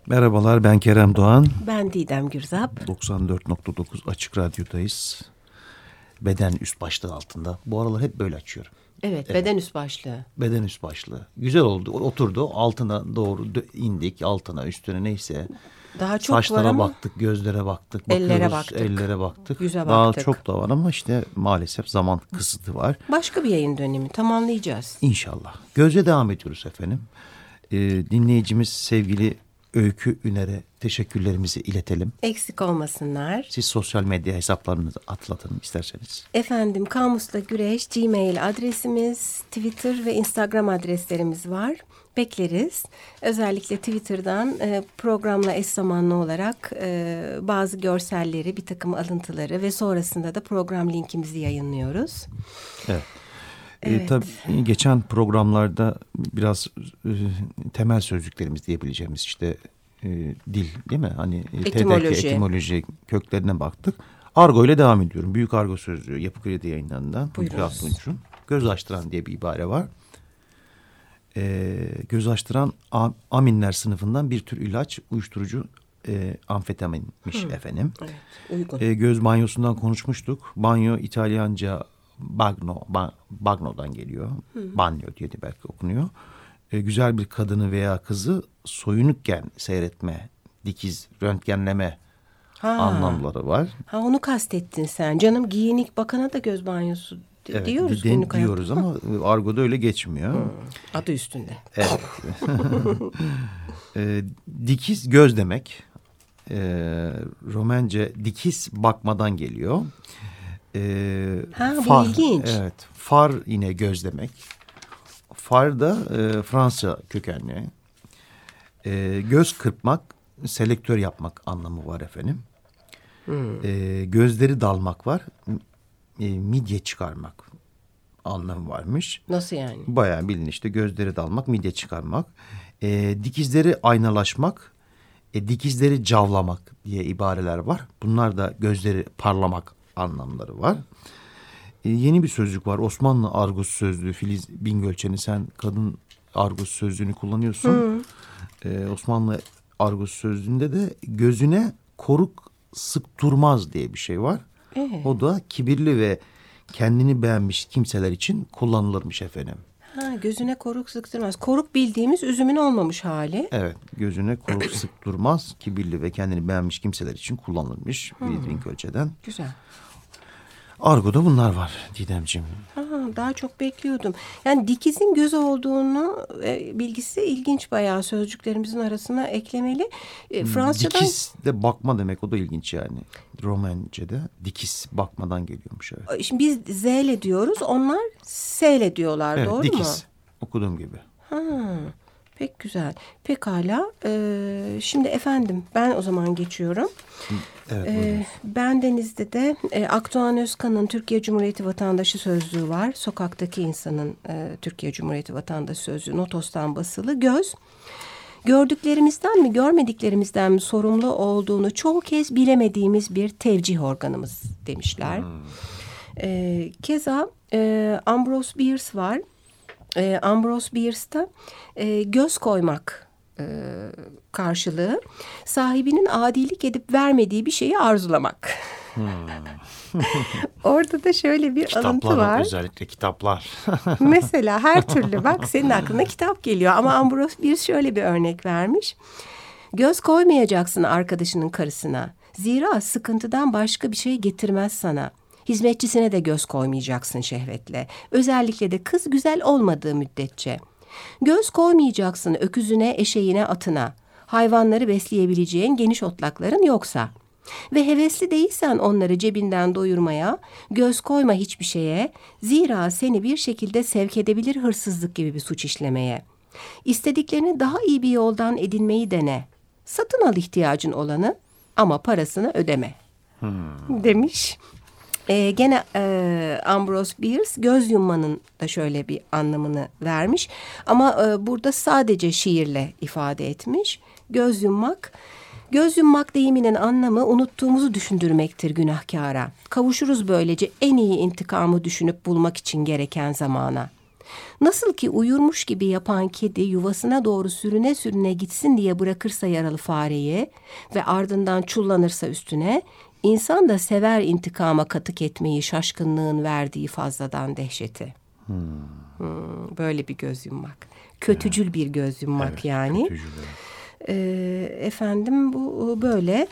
Merhabalar, ben Kerem Doğan. Ben Didem Gürzap. 94.9 Açık Radyo'dayız. Beden üst başlığı altında. Bu aralar hep böyle açıyorum. Evet, beden üst başlığı. Beden üst başlığı. Güzel oldu, oturdu. Altına doğru indik, altına, üstüne neyse. Daha çok Saçlara var ama baktık, gözlere baktık, ellere baktık. ellere baktık. Yüze Daha baktık. çok da var ama işte maalesef zaman kısıtı var. Başka bir yayın dönemi tamamlayacağız. İnşallah. Göze devam ediyoruz efendim. Dinleyicimiz sevgili Öykü Üner'e teşekkürlerimizi iletelim. Eksik olmasınlar. Siz sosyal medya hesaplarınızı atlatın isterseniz. Efendim, Kamusla Güreş Gmail adresimiz, Twitter ve Instagram adreslerimiz var. Bekleriz. Özellikle Twitter'dan programla eş zamanlı olarak bazı görselleri, bir takım alıntıları ve sonrasında da program linkimizi yayınlıyoruz. Evet. Evet. Tabii geçen programlarda biraz temel sözcüklerimiz diyebileceğimiz işte dil değil mi? Hani etimoloji köklerine baktık. Argo ile devam ediyorum. Büyük Argo Sözlüğü Yapı Kredi Yayınları'ndan. Buyurunuz. Göz açtıran diye bir ibare var. Göz açtıran aminler sınıfından bir tür ilaç, uyuşturucu amfetaminmiş efendim. Evet, uygun. Göz banyosundan konuşmuştuk. Banyo İtalyanca bagno'dan geliyor. Banyo diye de belki okunuyor. Güzel bir kadını veya kızı soyunukken seyretme, dikiz, röntgenleme anlamları var. Ha, onu kastettin sen. Canım, giyinik bakana da göz banyosu diyoruz. Diyoruz ama argoda öyle geçmiyor. Adı üstünde. Evet. Dikiz göz demek. Romence dikiz bakmadan geliyor. Bu ilginç. Evet, far yine göz demek. Far da Fransa kökenli. Göz kırpmak, selektör yapmak anlamı var efendim. Gözleri dalmak var. Midye çıkarmak anlamı varmış. Nasıl yani? Bayağı bilin işte gözleri dalmak, midye çıkarmak. Dikizleri aynalaşmak, dikizleri cavlamak diye ibareler var. Bunlar da gözleri parlamak anlamları var. Yeni bir sözcük var. Osmanlı argus sözlüğü. Filiz Bingölçen'i, sen kadın argus sözlüğünü kullanıyorsun. Osmanlı argus sözlüğünde de gözüne koruk sıktırmaz diye bir şey var. O da kibirli ve kendini beğenmiş kimseler için kullanılırmış efendim. Gözüne koruk sıktırmaz. Koruk bildiğimiz üzümün olmamış hali. Evet, gözüne koruk sıktırmaz, kibirli ve kendini beğenmiş kimseler için kullanılmış Filiz Bingölçen'den. Güzel. Argo'da bunlar var Didemciğim. Daha çok bekliyordum. Yani dikizin göz olduğunu bilgisi ilginç, bayağı sözcüklerimizin arasına eklemeli. Fransızcadan... Dikiz de bakma demek, o da ilginç yani. Romence'de dikiz bakmadan geliyormuş. Evet. Şimdi biz Z ile diyoruz, onlar S ile diyorlar, Evet, doğru dikiz. mu? Okuduğum gibi. Pek güzel. Pekala. Şimdi efendim, ben o zaman geçiyorum. Evet, Bendeniz'de de Akdoğan Özkan'ın Türkiye Cumhuriyeti Vatandaşı Sözlüğü var. Sokaktaki insanın Türkiye Cumhuriyeti Vatandaşı Sözlüğü, Notos'tan basılı. Göz, gördüklerimizden mi görmediklerimizden mi sorumlu olduğunu çoğu kez bilemediğimiz bir tevcih organımız demişler. Keza Ambrose Bierce var. Ambrose Bierce'da göz koymak karşılığı sahibinin adilik edip vermediği bir şeyi arzulamak. Orada da şöyle bir kitaplar alıntı var. Özellikle kitaplar. Mesela her türlü, bak senin aklına kitap geliyor ama Ambrose Bierce şöyle bir örnek vermiş. Göz koymayacaksın arkadaşının karısına. Zira sıkıntıdan başka bir şey getirmez sana. Hizmetçisine de göz koymayacaksın şehvetle. Özellikle de kız güzel olmadığı müddetçe. Göz koymayacaksın öküzüne, eşeğine, atına. Hayvanları besleyebileceğin geniş otlakların yoksa. Ve hevesli değilsen onları cebinden doyurmaya, göz koyma hiçbir şeye. Zira seni bir şekilde sevk edebilir hırsızlık gibi bir suç işlemeye. İstediklerini daha iyi bir yoldan edinmeyi dene. Satın al ihtiyacın olanı ama parasını ödeme. Demiş. Gene Ambrose Bierce göz yummanın da şöyle bir anlamını vermiş. Ama burada sadece şiirle ifade etmiş. Göz yummak deyiminin anlamı unuttuğumuzu düşündürmektir günahkara. Kavuşuruz böylece en iyi intikamı düşünüp bulmak için gereken zamana. Nasıl ki uyurmuş gibi yapan kedi yuvasına doğru sürüne sürüne gitsin diye bırakırsa yaralı fareyi ve ardından çullanırsa üstüne, insan da sever intikama katık etmeyi, şaşkınlığın verdiği fazladan dehşeti. Böyle bir göz yummak. Kötücül bir göz yummak, evet, yani. Kötücül, evet. Efendim bu böyle.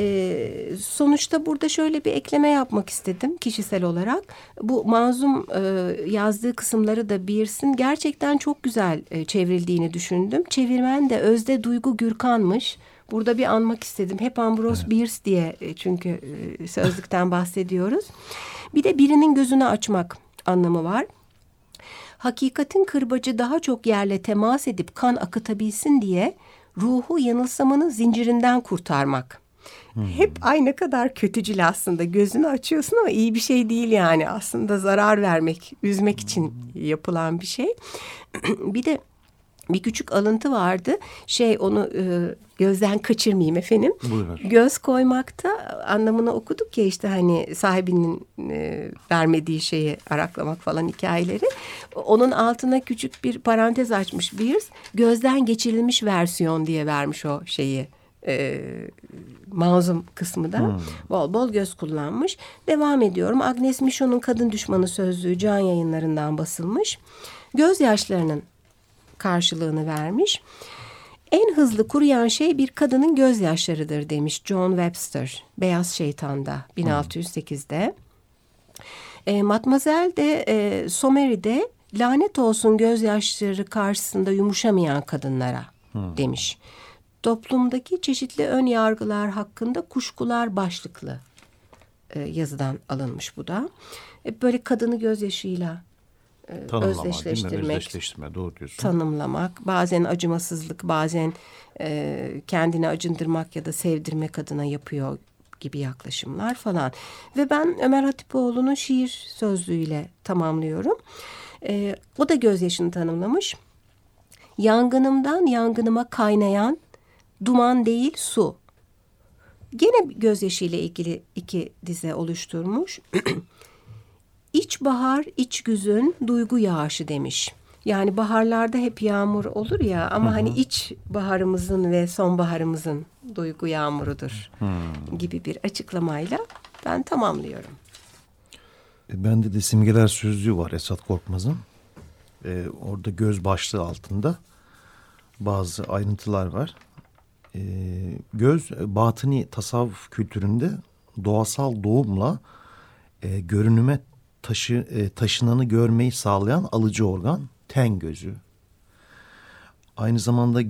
Sonuçta burada şöyle bir ekleme yapmak istedim kişisel olarak. Bu Mazlum yazdığı kısımları da Bierce'in gerçekten çok güzel çevrildiğini düşündüm. Çevirmen de Özde Duygu Gürkan'mış. Burada bir anmak istedim. Hep Ambrose, evet, Bierce diye çünkü sözlükten bahsediyoruz. Bir de birinin gözünü açmak anlamı var. Hakikatin kırbacı daha çok yerle temas edip kan akıtabilsin diye ruhu yanılsamanın zincirinden kurtarmak. Hep aynı kadar kötücül aslında. Gözünü açıyorsun ama iyi bir şey değil yani. Aslında zarar vermek, üzmek için yapılan bir şey. Bir de bir küçük alıntı vardı. Onu gözden kaçırmayayım efendim. Buyurun. Göz koymakta anlamını okuduk ya, işte hani sahibinin vermediği şeyi araklamak falan hikayeleri. Onun altına küçük bir parantez açmış Bierce. Gözden geçirilmiş versiyon diye vermiş o şeyi. Mazlum kısmı da bol bol göz kullanmış. Devam ediyorum. Agnes Michon'un Kadın Düşmanı sözlüğü Can Yayınlarından basılmış. Gözyaşlarının karşılığını vermiş. En hızlı kuruyan şey bir kadının gözyaşlarıdır demiş John Webster Beyaz Şeytan'da 1608'de. Matmazel de Somery'de lanet olsun gözyaşları karşısında yumuşamayan kadınlara demiş. Toplumdaki çeşitli ön yargılar hakkında kuşkular başlıklı yazıdan alınmış bu da. Böyle kadını gözyaşıyla özdeşleştirmek, özdeşleştirme, doğru diyorsun. Tanımlamak, bazen acımasızlık, bazen kendini acındırmak ya da sevdirmek adına yapıyor gibi yaklaşımlar falan. Ve ben Ömer Hatipoğlu'nun şiir sözlüğüyle tamamlıyorum. O da gözyaşını tanımlamış. Yangınımdan yangınıma kaynayan duman değil su. Gene gözyaşıyla ilgili 2 dize oluşturmuş. İç bahar, iç güzün duygu yağışı demiş. Yani baharlarda hep yağmur olur ya ama hani iç baharımızın ve sonbaharımızın duygu yağmurudur gibi bir açıklamayla ben tamamlıyorum. Bende de simgeler sözlüğü var Esat Korkmaz'ın. Orada göz başlığı altında bazı ayrıntılar var. Göz batıni tasavvuf kültüründe doğasal doğumla görünüme taşınanı görmeyi sağlayan alıcı organ ten gözü. Aynı zamanda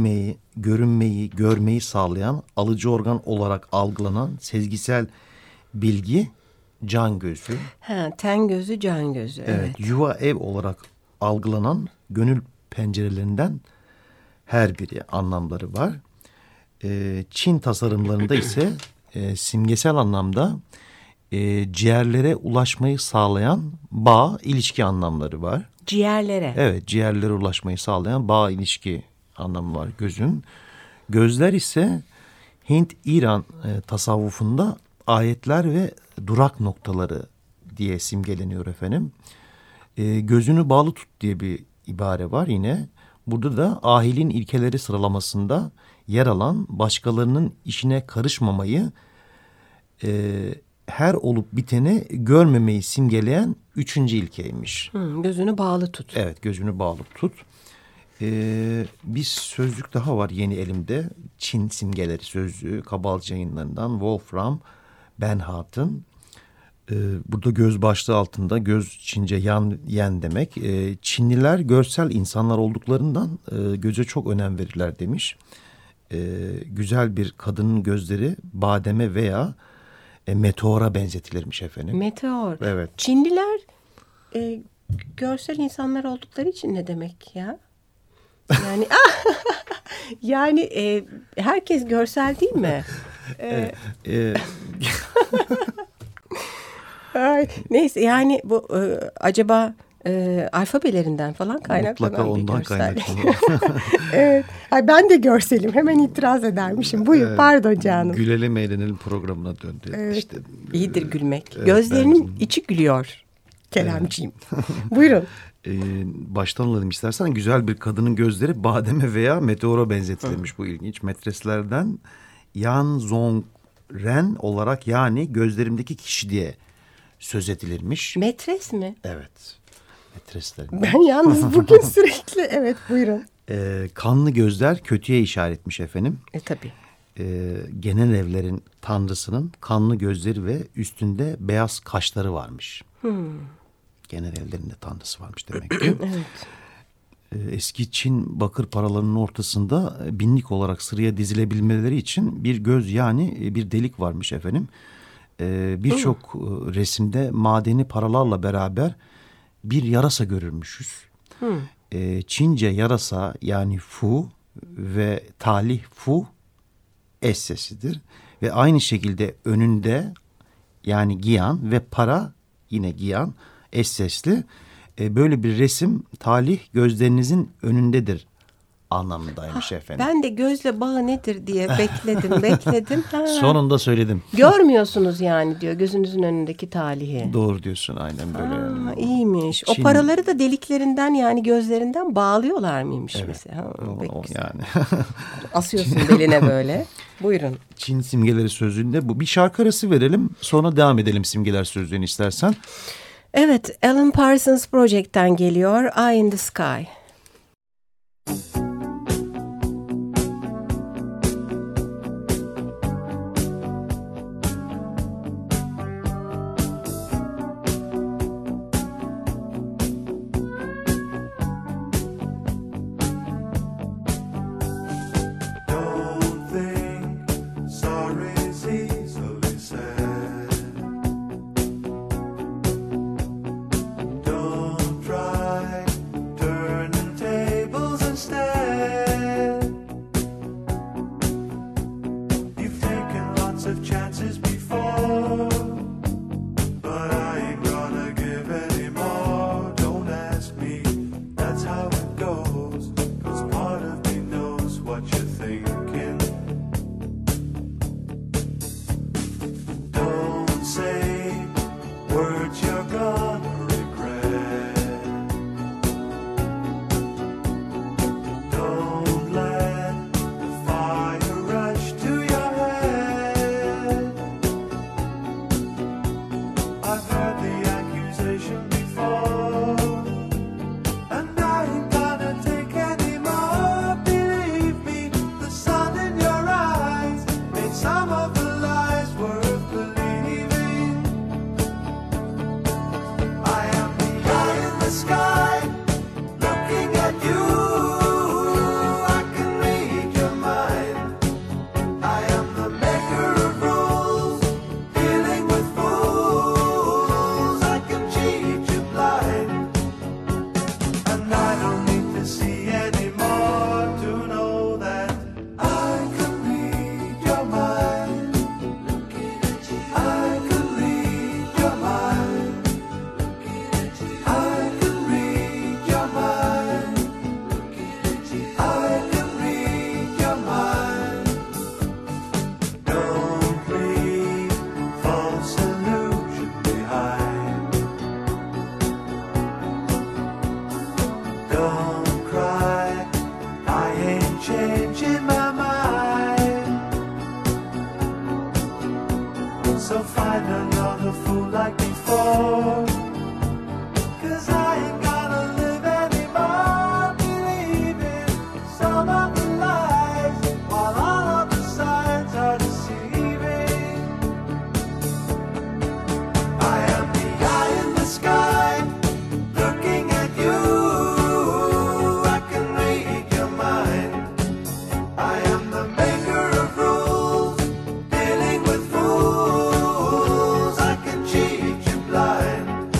görmeyi sağlayan alıcı organ olarak algılanan sezgisel bilgi can gözü. Ten gözü, can gözü. Evet. Yuva ev olarak algılanan gönül pencerelerinden her biri anlamları var. Çin tasarımlarında ise simgesel anlamda ciğerlere ulaşmayı sağlayan bağ, ilişki anlamları var. Ciğerlere? Evet, ciğerlere ulaşmayı sağlayan bağ, ilişki anlamı var gözün. Gözler ise Hint-İran tasavvufunda ayetler ve durak noktaları diye simgeleniyor efendim. Gözünü bağlı tut diye bir ibare var yine. Burada da ahilin ilkeleri sıralamasında yer alan başkalarının işine karışmamayı, her olup biteni görmemeyi simgeleyen 3. ilkeymiş. Gözünü bağlı tut. Evet, gözünü bağlı tut. Bir sözlük daha var yeni elimde. Çin simgeleri sözlüğü. Kabalcı Yayınlarından Wolfram Benhart'ın. Burada göz başlığı altında göz Çince yen demek. Çinliler görsel insanlar olduklarından göze çok önem verirler demiş. Güzel bir kadının gözleri bademe veya meteora benzetilirmiş efendim. Meteor. Evet. Çinliler görsel insanlar oldukları için ne demek ya? Yani yani herkes görsel değil mi? Neyse yani bu acaba alfabelerinden falan kaynaklanan mutlaka ondan kaynaklanıyor. Evet. Ay, ben de görselim. Hemen itiraz edermişim. Buyur, pardon canım. Gülelim eğlenelim programına döndü. Evet. İşte, İyidir gülmek. Evet, gözlerinin içi gülüyor. Kelamcıyım. Buyurun. Baştan alalım istersen. Güzel bir kadının gözleri bademe veya meteora benzetilmiş. Bu ilginç. Metreslerden Yan Zong-ren olarak, yani gözlerimdeki kişi diye söz edilirmiş. Metres mi? Evet. Metresler. Ben yalnız bugün sürekli evet buyurun. Kanlı gözler kötüye işaretmiş efendim. Tabii. Genel evlerin tanrısının kanlı gözleri ve üstünde beyaz kaşları varmış. Genel evlerinde tanrısı varmış demek ki. Evet. Eski Çin bakır paralarının ortasında binlik olarak sıraya dizilebilmeleri için bir göz, yani bir delik varmış efendim. Birçok resimde madeni paralarla beraber bir yarasa görürmüşüz. Çince yarasa yani fu ve talih fu eş sesidir. Ve aynı şekilde önünde yani giyan ve para yine giyan eş sesli. Böyle bir resim talih gözlerinizin önündedir anlamındaymış efendim. Ben de gözle bağı nedir diye bekledim. Sonunda söyledim. Görmüyorsunuz yani diyor gözünüzün önündeki talihi. Doğru diyorsun, aynen böyle. İyiymiş. O paraları da deliklerinden yani gözlerinden bağlıyorlar mıymış mesela? O yani. Asıyorsun beline böyle. Buyurun. Çin simgeleri sözlüğünde bu. Bir şarkı arası verelim, sonra devam edelim simgeler sözlüğünü istersen. Evet, Alan Parsons Project'ten geliyor Eye in the Sky. Blind.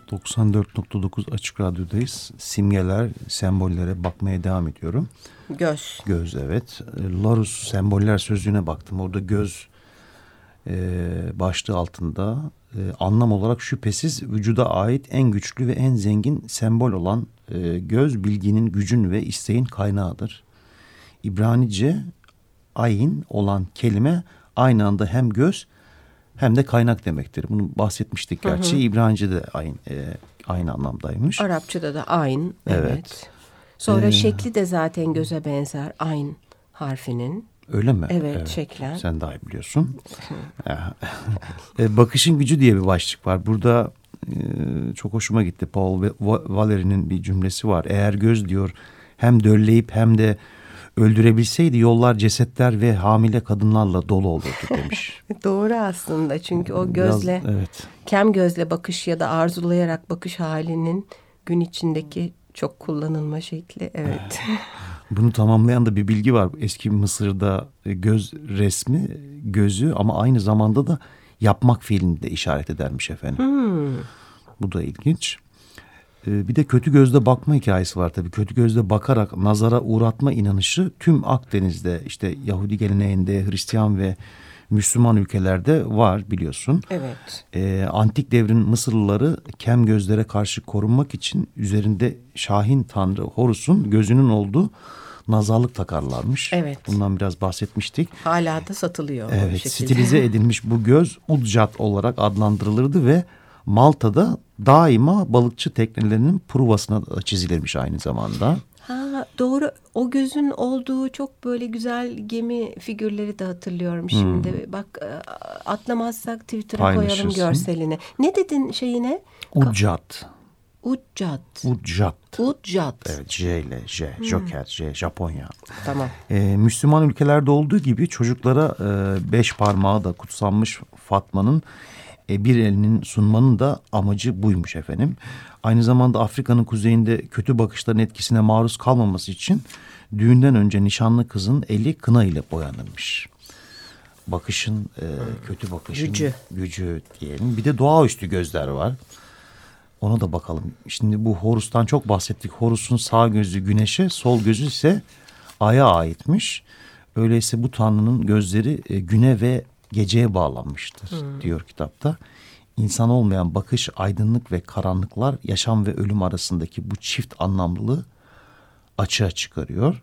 94.9 Açık Radyo'dayız. Simgeler, sembollere bakmaya devam ediyorum. Göz. Göz, evet. Larousse semboller sözlüğüne baktım. Orada göz başlığı altında anlam olarak şüphesiz vücuda ait en güçlü ve en zengin sembol olan göz bilginin, gücün ve isteğin kaynağıdır. İbranice ayin olan kelime aynı anda hem göz hem de kaynak demektir. Bunu bahsetmiştik gerçi. İbranice'de aynı anlamdaymış. Arapçada da ayn. Evet. Sonra şekli de zaten göze benzer. Ayn harfinin. Öyle mi? Evet, şeklen. Sen daha iyi biliyorsun. Bakışın gücü diye bir başlık var. Burada çok hoşuma gitti. Paul Valéry'nin bir cümlesi var. Eğer göz diyor hem dölleyip hem de öldürebilseydi yollar cesetler ve hamile kadınlarla dolu olurdu demiş. Doğru aslında, çünkü o gözle, evet. kem gözle bakış ya da arzulayarak bakış halinin gün içindeki çok kullanılma şekli. Evet. Bunu tamamlayan da bir bilgi var. Eski Mısır'da göz resmi gözü ama aynı zamanda da yapmak fiilini de işaret edermiş efendim. Bu da ilginç. Bir de kötü gözle bakma hikayesi var tabii. Kötü gözle bakarak nazara uğratma inanışı tüm Akdeniz'de, işte Yahudi geleneğinde, Hristiyan ve Müslüman ülkelerde var biliyorsun. Evet. Antik devrin Mısırlıları kem gözlere karşı korunmak için üzerinde Şahin Tanrı Horus'un gözünün olduğu nazarlık takarlarmış. Evet. Bundan biraz bahsetmiştik. Hala da satılıyor. Evet, stilize edilmiş bu göz Udjat olarak adlandırılırdı ve Malta'da daima balıkçı teknelerinin pruvasına çizilirmiş aynı zamanda. Ha, doğru. O gözün olduğu çok böyle güzel gemi figürleri de hatırlıyorum şimdi. Bak, atlamazsak Twitter'a koyalım görselini. Ne dedin şeyine? Udjat. Udjat. Udjat. Udjat. Evet, J ile J. Joker, J, Japonya. Tamam. Müslüman ülkelerde olduğu gibi çocuklara 5 parmağı da kutsanmış Fatma'nın bir elinin sunmanın da amacı buymuş efendim. Aynı zamanda Afrika'nın kuzeyinde kötü bakışların etkisine maruz kalmaması için düğünden önce nişanlı kızın eli kına ile boyanırmış. Bakışın, kötü bakışın gücü diyelim. Bir de doğaüstü gözler var. Ona da bakalım. Şimdi bu Horus'tan çok bahsettik. Horus'un sağ gözü güneşe, sol gözü ise aya aitmiş. Öyleyse bu tanrının gözleri güne ve geceye bağlanmıştır diyor kitapta. İnsan olmayan bakış, aydınlık ve karanlıklar, yaşam ve ölüm arasındaki bu çift anlamlılığı açığa çıkarıyor.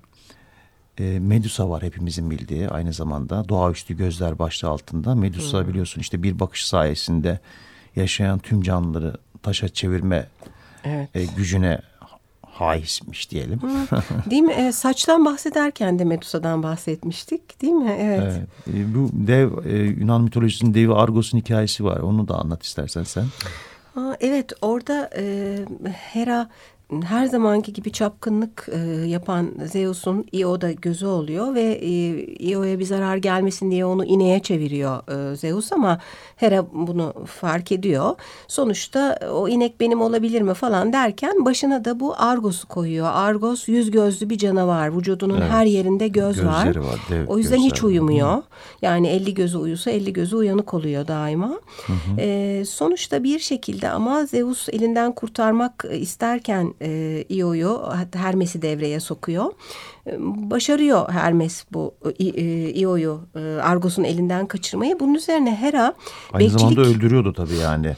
Medusa var hepimizin bildiği, aynı zamanda doğaüstü gözler başlığı altında. Medusa biliyorsun işte bir bakış sayesinde yaşayan tüm canlıları taşa çevirme gücüne haismiş diyelim. Değil mi? Saçtan bahsederken de Medusa'dan bahsetmiştik, değil mi? Evet. Bu dev Yunan mitolojisinin devi Argos'un hikayesi var. Onu da anlat istersen sen. Evet, orada Hera her zamanki gibi çapkınlık yapan Zeus'un Io'da gözü oluyor ve Io'ya bir zarar gelmesin diye onu ineğe çeviriyor Zeus, ama Hera bunu fark ediyor. Sonuçta o inek benim olabilir mi falan derken başına da bu Argos'u koyuyor. Argos 100 gözlü bir canavar. Vücudunun her yerinde göz var. O yüzden hiç uyumuyor. Yani 50 gözü uyusa 50 gözü uyanık oluyor daima. Sonuçta bir şekilde ama Zeus elinden kurtarmak isterken Io'yu, Hermes'i devreye sokuyor. Başarıyor Hermes bu Io'yu Argos'un elinden kaçırmayı. Bunun üzerine Hera aynı zamanda öldürüyordu tabii yani.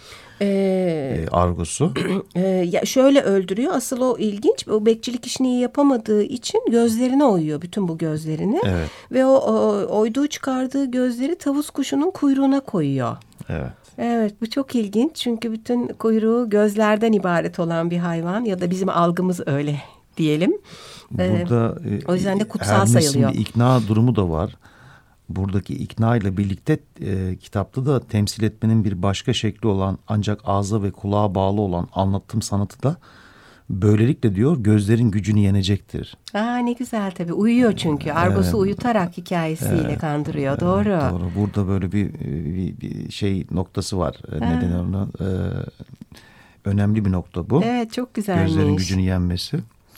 Argos'u. Şöyle öldürüyor. Asıl o ilginç. O bekçilik işini iyi yapamadığı için gözlerine oyuyor, bütün bu gözlerini. Evet. Ve o oyduğu çıkardığı gözleri tavus kuşunun kuyruğuna koyuyor. Evet. Evet, bu çok ilginç çünkü bütün kuyruğu gözlerden ibaret olan bir hayvan, ya da bizim algımız öyle diyelim. Burada o yüzden de kutsal sayılıyor. Bir ikna durumu da var. Buradaki ikna ile birlikte kitapta da temsil etmenin bir başka şekli olan ancak ağza ve kulağa bağlı olan anlatım sanatı da böylelikle diyor gözlerin gücünü yenecektir. Ne güzel tabii, uyuyor çünkü Argos'u uyutarak hikayesiyle kandırıyor. Doğru. Doğru. Burada böyle bir şey noktası var. Neden ona önemli bir nokta bu. Evet, çok güzelmiş. Gözlerin gücünü yenmesi.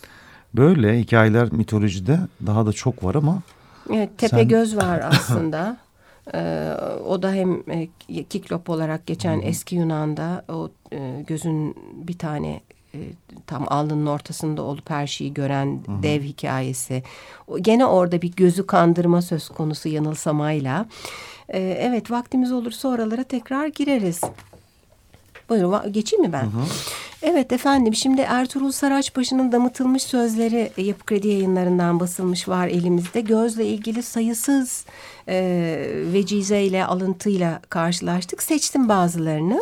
Böyle hikayeler mitolojide daha da çok var ama. Evet, Tepegöz var aslında. O da hem kiklop olarak geçen eski Yunan'da o gözün bir tane tam alnının ortasında olup her şeyi gören dev hikayesi. Gene orada bir gözü kandırma söz konusu yanılsamayla. Evet, vaktimiz olursa oralara tekrar gireriz. Buyurun, geçeyim mi ben? Evet efendim, şimdi Ertuğrul Saraçbaşı'nın damıtılmış sözleri Yapı Kredi Yayınları'ndan basılmış var elimizde. Gözle ilgili sayısız vecizeyle, alıntıyla karşılaştık. Seçtim bazılarını.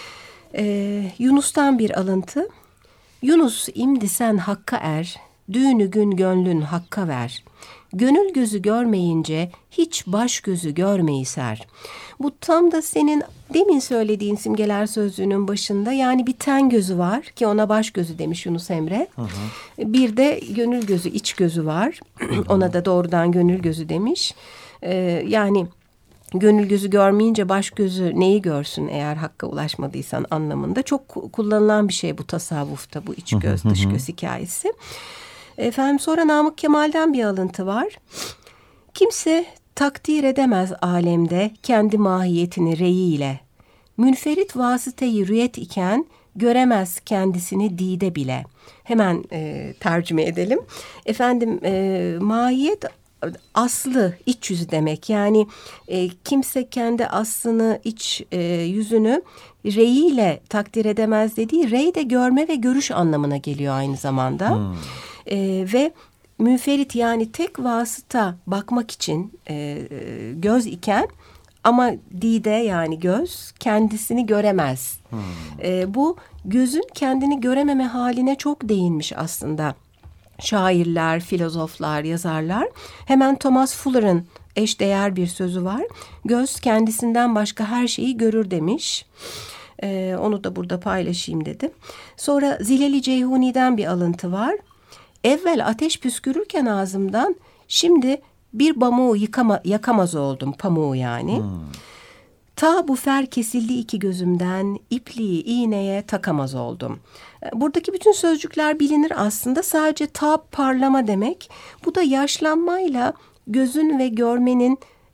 Yunus'tan bir alıntı. Yunus imdi sen hakka er, düğünü gün gönlün hakka ver. Gönül gözü görmeyince hiç baş gözü görmeyi ser. Bu tam da senin demin söylediğin simgeler sözlüğünün başında, yani bir ten gözü var ki ona baş gözü demiş Yunus Emre. Bir de gönül gözü, iç gözü var. Ona da doğrudan gönül gözü demiş. Yani gönül gözü görmeyince baş gözü neyi görsün eğer hakka ulaşmadıysan anlamında. Çok kullanılan bir şey bu tasavvufta, bu iç göz dış göz hikayesi. Efendim, sonra Namık Kemal'den bir alıntı var. Kimse takdir edemez alemde kendi mahiyetini reyiyle. Münferit vasıteyi rüyet iken göremez kendisini dide bile. Hemen tercüme edelim. Efendim, mahiyet aslı, iç yüzü demek. Yani kimse kendi aslını, iç yüzünü reyiyle takdir edemez dediği, rey de görme ve görüş anlamına geliyor aynı zamanda. Ve münferit, yani tek vasıta bakmak için göz iken ama dide, yani göz kendisini göremez. Bu gözün kendini görememe haline çok değinmiş aslında şairler, filozoflar, yazarlar. Hemen Thomas Fuller'ın eşdeğer bir sözü var. Göz kendisinden başka her şeyi görür demiş. Onu da burada paylaşayım dedim. Sonra Zileli Ceyhuni'den bir alıntı var. Evvel ateş püskürürken ağzımdan, şimdi bir pamuğu yakamaz oldum, pamuğu yani. Ta bu fer kesildi iki gözümden, ipliği iğneye takamaz oldum. Buradaki bütün sözcükler bilinir aslında, sadece ta parlama demek. Bu da yaşlanmayla gözün ve görmenin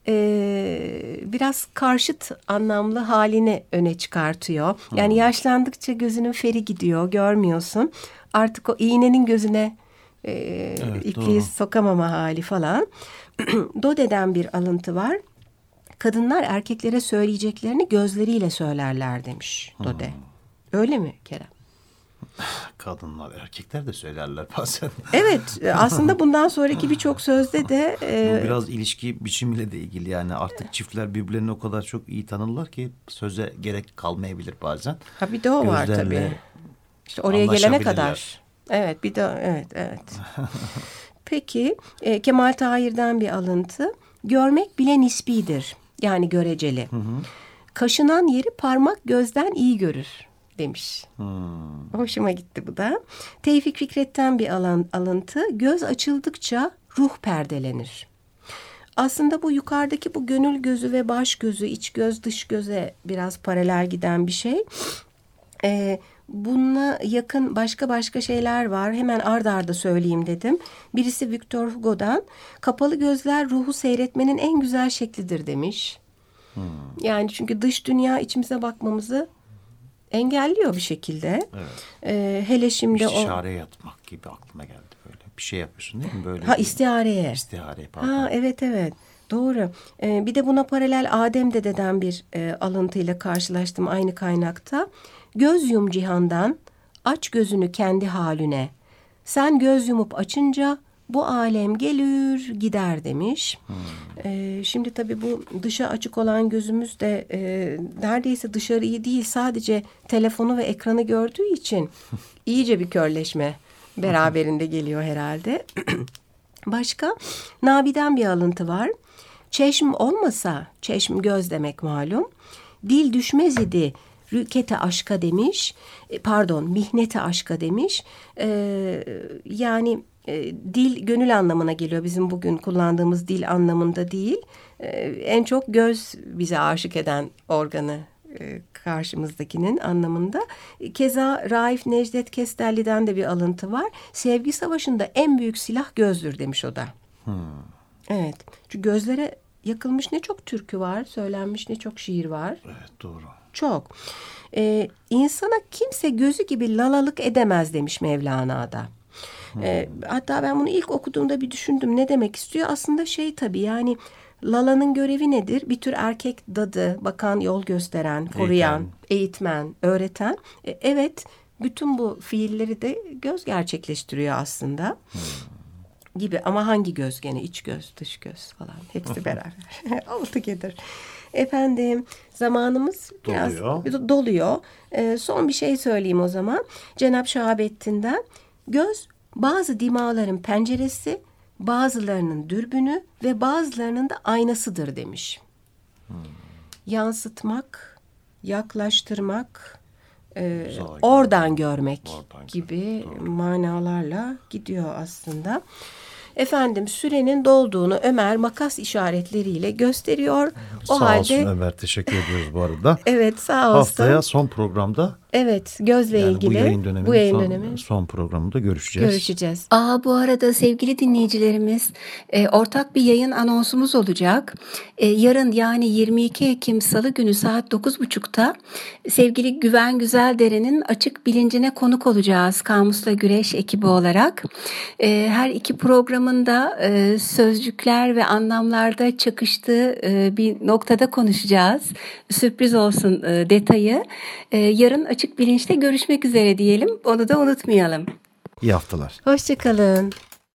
biraz karşıt anlamlı halini öne çıkartıyor. Yani yaşlandıkça gözünün feri gidiyor, görmüyorsun. Artık o iğnenin gözüne ipliği sokamama hali falan. Dode'den bir alıntı var. Kadınlar erkeklere söyleyeceklerini gözleriyle söylerler demiş Dode. Öyle mi Kerem? Kadınlar, erkekler de söylerler bazen. Evet, aslında bundan sonraki birçok sözde de... Bu biraz ilişki biçimiyle de ilgili, yani artık çiftler birbirlerini o kadar çok iyi tanırlar ki söze gerek kalmayabilir bazen. Ha, bir de o var tabii. İşte oraya gelene kadar. Evet, bir de evet. Peki, Kemal Tahir'den bir alıntı. Görmek bile nisbidir, yani göreceli. Kaşınan yeri parmak gözden iyi görür demiş. Hoşuma gitti bu da. Tevfik Fikret'ten bir alıntı. Göz açıldıkça ruh perdelenir. Aslında bu yukarıdaki bu gönül gözü ve baş gözü, iç göz dış göze biraz paralel giden bir şey. Bununla yakın başka şeyler var. Hemen ard arda söyleyeyim dedim. Birisi Victor Hugo'dan, kapalı gözler ruhu seyretmenin en güzel şeklidir demiş. Yani çünkü dış dünya içimize bakmamızı engelliyor bir şekilde. Evet. Hele şimdi İstişareye yatmak gibi aklıma geldi böyle. Bir şey yapıyorsun değil mi? Böyle istihareye. İstihareye, pardon. Ha, evet. Doğru. Bir de buna paralel Adem Dede'den bir alıntıyla karşılaştım aynı kaynakta. Göz yum cihandan, aç gözünü kendi haline. Sen göz yumup açınca bu alem gelir gider demiş. Şimdi tabii bu dışa açık olan gözümüz de neredeyse dışarıyı değil, sadece telefonu ve ekranı gördüğü için iyice bir körleşme beraberinde geliyor herhalde. Başka Nabi'den bir alıntı var. Çeşm olmasa, çeşm göz demek malum, dil düşmez idi rükete aşka demiş. Mihnete aşka demiş. Yani dil gönül anlamına geliyor, bizim bugün kullandığımız dil anlamında değil. En çok göz bize aşık eden organı karşımızdakinin anlamında. Keza Raif Necdet Kestelli'den de bir alıntı var. Sevgi savaşında en büyük silah gözdür demiş o da. Evet. Çünkü gözlere yakılmış ne çok türkü var, söylenmiş ne çok şiir var. Evet, doğru. Çok. İnsana kimse gözü gibi lalalık edemez demiş Mevlana'da. Hatta ben bunu ilk okuduğumda bir düşündüm, ne demek istiyor? Aslında tabii, yani lalanın görevi nedir? Bir tür erkek dadı, bakan, yol gösteren, koruyan, eğitmen, öğreten. Evet, bütün bu fiilleri de göz gerçekleştiriyor aslında. Gibi, ama hangi göz gene? İç göz, dış göz falan. Hepsi beraber. All together. Efendim, zamanımız biraz doluyor. Son bir şey söyleyeyim o zaman. Cenab-ı Şahabettin'den: göz bazı dimağların penceresi, bazılarının dürbünü ve bazılarının da aynasıdır demiş. Yansıtmak, yaklaştırmak, oradan görmek gibi manalarla gidiyor aslında. Efendim, sürenin dolduğunu Ömer makas işaretleriyle gösteriyor. Sağ olsun Ömer, teşekkür ediyoruz bu arada. Evet, sağ olsun. Haftaya son programda. Evet, gözle ilgili bu yayın dönemi son programında görüşeceğiz. Bu arada sevgili dinleyicilerimiz, ortak bir yayın anonsumuz olacak. Yarın, yani 22 Ekim Salı günü saat 9.30'da sevgili Güven Güzeldere'nin Açık Bilincine konuk olacağız Kamusla Güreş ekibi olarak. Her iki programın da sözcükler ve anlamlarda çakıştığı bir noktada konuşacağız. Sürpriz olsun detayı. Yarın Açık Bilinç'te görüşmek üzere diyelim. Onu da unutmayalım. İyi haftalar. Hoşça kalın.